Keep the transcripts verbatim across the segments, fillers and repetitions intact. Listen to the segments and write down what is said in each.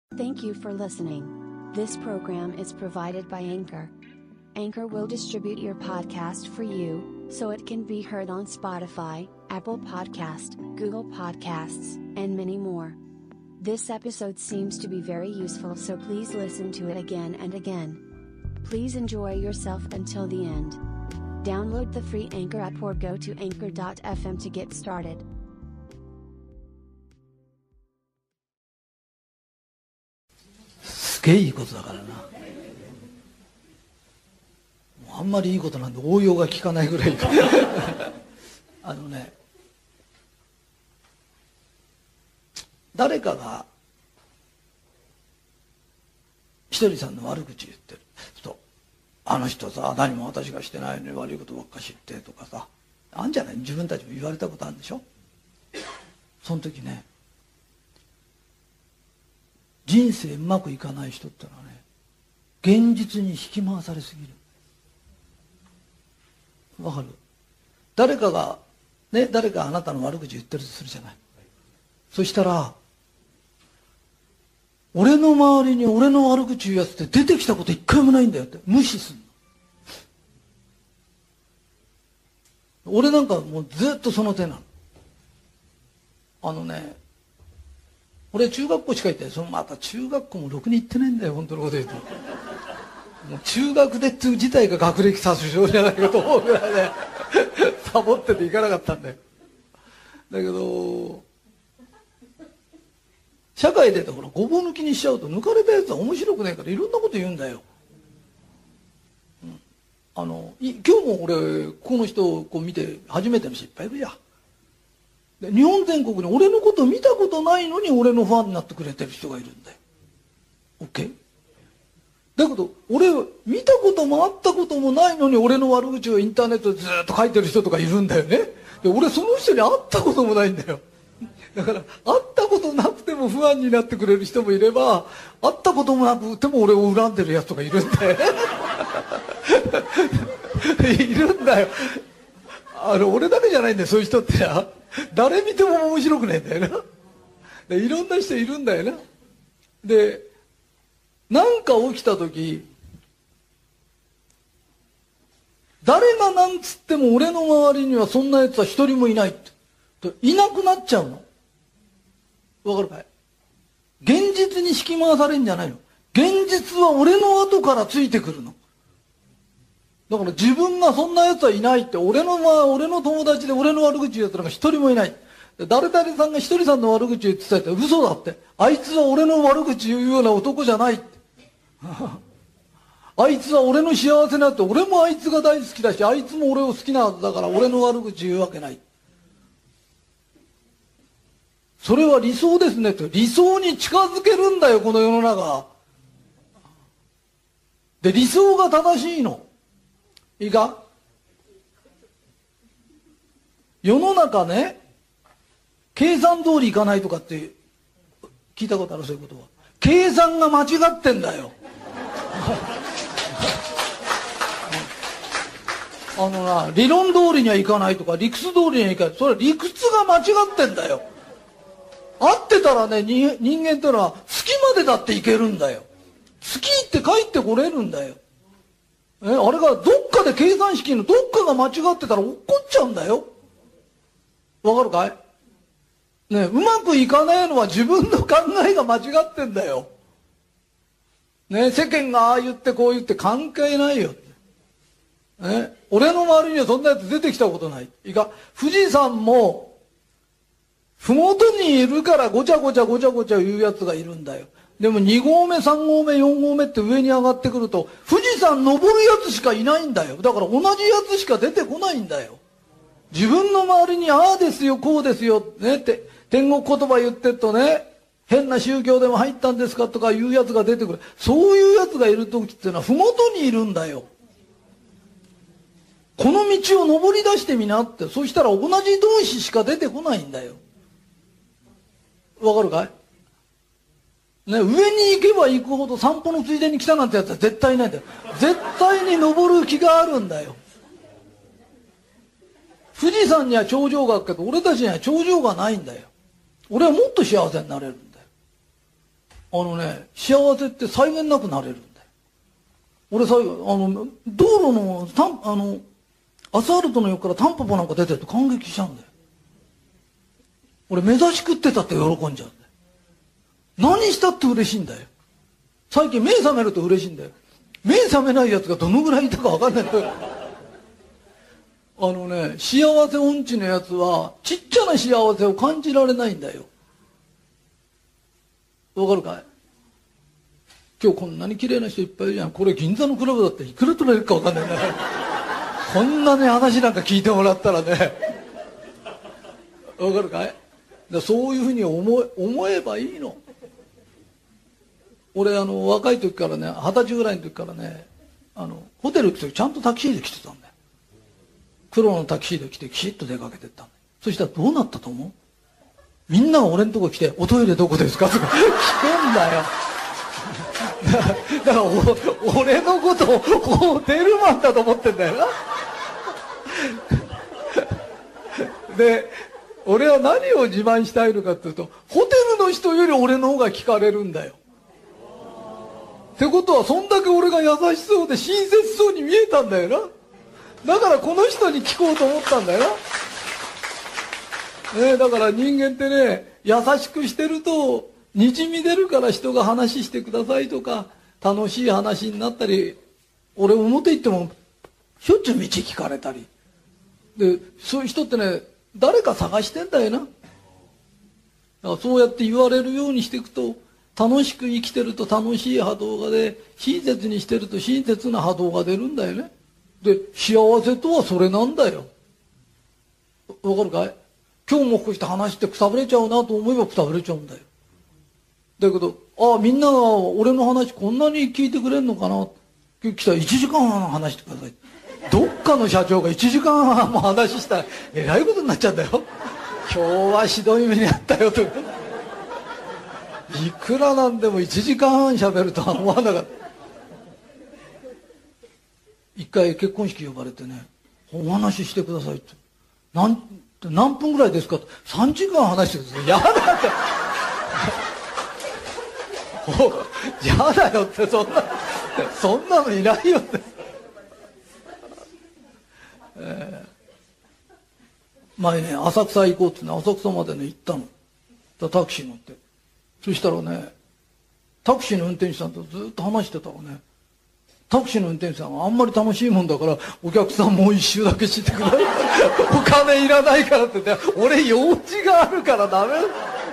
Thank you for listening. This program is provided by Anchor. Anchor will distribute your podcast for you, so it can be heard on Spotify, Apple Podcast, Google Podcasts, and many more. This episode seems to be very useful, so please listen to it again and again. Please enjoy yourself until the end. Download the free Anchor app or go to anchor dot f m to get started. すげえいいことだからな。もうあんまりいいことなんで応用が効かないぐらいあのね、誰かがひとりさんの悪口言ってると、あの人さ、何も私がしてないのに悪いことばっか知ってとかさ、あんじゃない。自分たちも言われたことあるんでしょ。その時ね、人生うまくいかない人ってのはね、現実に引き回されすぎる。わかる？誰かがね、誰かあなたの悪口言ってるとするじゃない。そしたら、俺の周りに俺の悪口言うやつって出てきたこと一回もないんだよって無視するの。俺なんかもうずっとその手なの。あのね、俺中学校しか行ってない。そのまた中学校もろくに行ってないんだよ、本当のこと言うと。もう中学でっていう自体が学歴詐称じゃないかと思うぐらいねサボってて行かなかったんだよ。だけど社会出てほらごぼう抜きにしちゃうと、抜かれたやつは面白くないからいろんなこと言うんだよ。うん、あのい今日も俺この人をこう見て初めての人いっぱいいるじゃん。で日本全国に俺のこと見たことないのに俺のファンになってくれてる人がいるんだよ。 OK？ だけど俺見たことも会ったこともないのに俺の悪口をインターネットでずっと書いてる人とかいるんだよね。で俺その人に会ったこともないんだよ。だから会ったことなくても不安になってくれる人もいれば、会ったこともなくても俺を恨んでるやつとかいるんだよねいるんだよ。あの俺だけじゃないんだよ、そういう人ってな。誰見ても面白くないんだよな。でいろんな人いるんだよな。で何か起きた時、誰がなんつっても俺の周りにはそんなやつは一人もいないっていなくなっちゃうの。わかるかい？現実に引き回されるんじゃないの。現実は俺の後からついてくるの。だから自分がそんなやつはいないって、俺の、まあ、俺の友達で俺の悪口言うやつなんか一人もいない。誰々さんがひとりさんの悪口言ってたって嘘だって。あいつは俺の悪口言うような男じゃないってあいつは俺の幸せなんて、俺もあいつが大好きだし、あいつも俺を好きなはずだから俺の悪口言うわけない。それは理想ですねって。理想に近づけるんだよ、この世の中で。理想が正しいの。いいか？世の中ね、計算通りいかないとかって聞いたことある？そういうことは。計算が間違ってんだよあのな、理論通りにはいかないとか理屈通りにはいかない。それは理屈が間違ってんだよ。合ってたらね、人間ってのは月までだっていけるんだよ。月って帰ってこれるんだよ。え、あれがどっかで計算式のどっかが間違ってたら落っこっちゃうんだよ。わかるかい？ね、うまくいかないのは自分の考えが間違ってんだよ。ね、世間がああ言ってこう言って関係ないよ。ね、俺の周りにはそんなやつ出てきたことない。いいか？富士山もふもとにいるからごちゃごちゃごちゃごちゃ言うやつがいるんだよ。でもに合目さん合目よん合目って上に上がってくると富士山登るやつしかいないんだよ。だから同じやつしか出てこないんだよ。自分の周りにああですよこうですよねって天国言葉言ってるとね、変な宗教でも入ったんですかとかいうやつが出てくる。そういうやつがいる時っていうのはふもとにいるんだよ。この道を登り出してみなって。そしたら同じ同士しか出てこないんだよ。わかるかい？ね、上に行けば行くほど散歩のついでに来たなんてやつは絶対いないんだよ。絶対に登る気があるんだよ。富士山には頂上があるけど俺たちには頂上がないんだよ。俺はもっと幸せになれるんだよ。 あのね、幸せって際限なくなれるんだよ。俺さ、あの、道路の、たんあの、アスファルトの横からタンポポなんか出てると感激しちゃうんだよ。俺目指し食ってたって喜んじゃうんだよ。何したって嬉しいんだよ。最近目覚めると嬉しいんだよ。目覚めないやつがどのぐらいいたか分かんないんだよ。あのね、幸せ音痴のやつはちっちゃな幸せを感じられないんだよ。わかるかい？今日こんなに綺麗な人いっぱいいるじゃん。これ銀座のクラブだっていくら取れるか分かんないんだよ。こんなね話なんか聞いてもらったらね、わかるかい？だそういうふうに思え、思えばいいの。俺あの若い時からね、二十歳ぐらいの時からね、あのホテル行く時ちゃんとタクシーで来てたんだよ。黒のタクシーで来てきちっと出かけてったんだよ。そしたらどうなったと思う？みんなが俺のとこ来て、おトイレどこですかとか聞くんだよ。だからお俺のことをホテルマンだと思ってんだよな。で、俺は何を自慢したいのかっていうと、ホテルの人より俺の方が聞かれるんだよ。ってことは、そんだけ俺が優しそうで親切そうに見えたんだよな。だからこの人に聞こうと思ったんだよな。ね、だから人間ってね、優しくしてるとにじみ出るから人が話してくださいとか楽しい話になったり、俺表行ってもしょっちゅう道聞かれたりで、そういう人ってね、誰か探してんだよな。だからそうやって言われるようにしていくと、楽しく生きてると楽しい波動が出、親切にしてると親切な波動が出るんだよね。で、幸せとはそれなんだよ。わかるかい？今日もこうして話してくたぶれちゃうなと思えばくたぶれちゃうんだよ。だけど、ああ、みんなが俺の話こんなに聞いてくれんのかな。来たらいちじかんはん話してください。どっかの社長がいちじかんはんも話したらえらいことになっちゃうんだよ。今日はひどい目にあったよと。いくらなんでもいちじかんはん喋るとは思わなかった。一回結婚式呼ばれてね、お話ししてくださいって。何何分ぐらいですかって。さんじかん話してください。やだってやだよって、そんなそんなのいないよって、えー、前ね浅草行こうってね、浅草までね行ったの。タクシー乗って、そしたらね、タクシーの運転手さんとずっと話してたらね、タクシーの運転手さんはあんまり楽しいもんだから、お客さんもう一周だけしてください。お金いらないからって言って、俺用事があるからダメ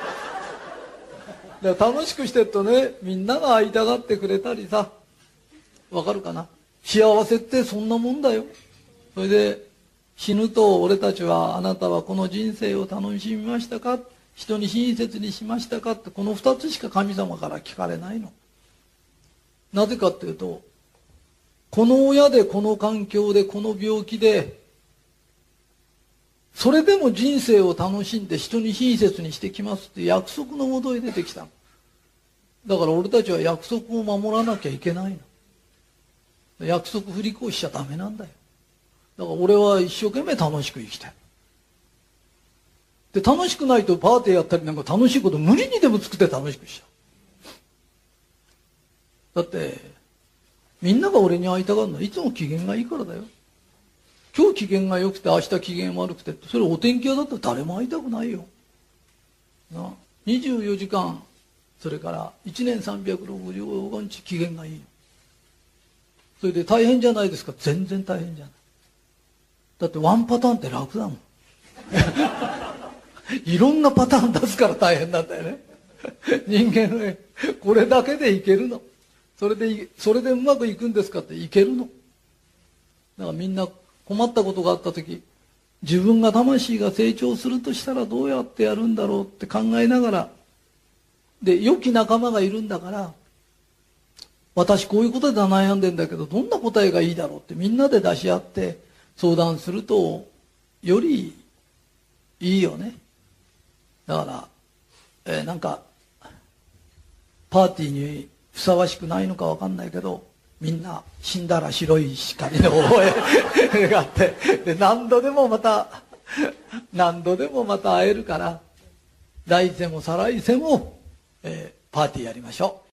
だから楽しくしてるとね、みんなが会いたがってくれたりさ、わかるかな。幸せってそんなもんだよ。それで死ぬと、俺たちはあなたはこの人生を楽しみましたか、人に親切にしましたかって、この二つしか神様から聞かれないの。なぜかっていうと、この親でこの環境でこの病気で、それでも人生を楽しんで人に親切にしてきますって約束のもとへ出てきた。だから俺たちは約束を守らなきゃいけないの。約束振り越しちゃダメなんだよ。だから俺は一生懸命楽しく生きたい。で、楽しくないとパーティーやったりなんか楽しいこと無理にでも作って楽しくしちゃう。だってみんなが俺に会いたがるのはいつも機嫌がいいからだよ。今日機嫌が良くて明日機嫌悪くて、それお天気屋だったら誰も会いたくないよな。にじゅうよじかん、それからいちねんさんびゃくろくじゅうごにち機嫌がいいの。それで大変じゃないですか。全然大変じゃない。だってワンパターンって楽だもん。いろんなパターン出すから大変なんだよね。人間はね、これだけでいけるの。それでそれでうまくいくんですかって、いけるの。だからみんな困ったことがあった時、自分が魂が成長するとしたらどうやってやるんだろうって考えながら、で良き仲間がいるんだから、私こういうことで悩んでんだけどどんな答えがいいだろうってみんなで出し合って相談するとよりいいよね。だから、えー、なんかパーティーにふさわしくないのかわかんないけど、みんな死んだら白い光の方へがあって、で何度でもまた何度でもまた会えるから、来世も再来世も、えー、 パーティーやりましょう。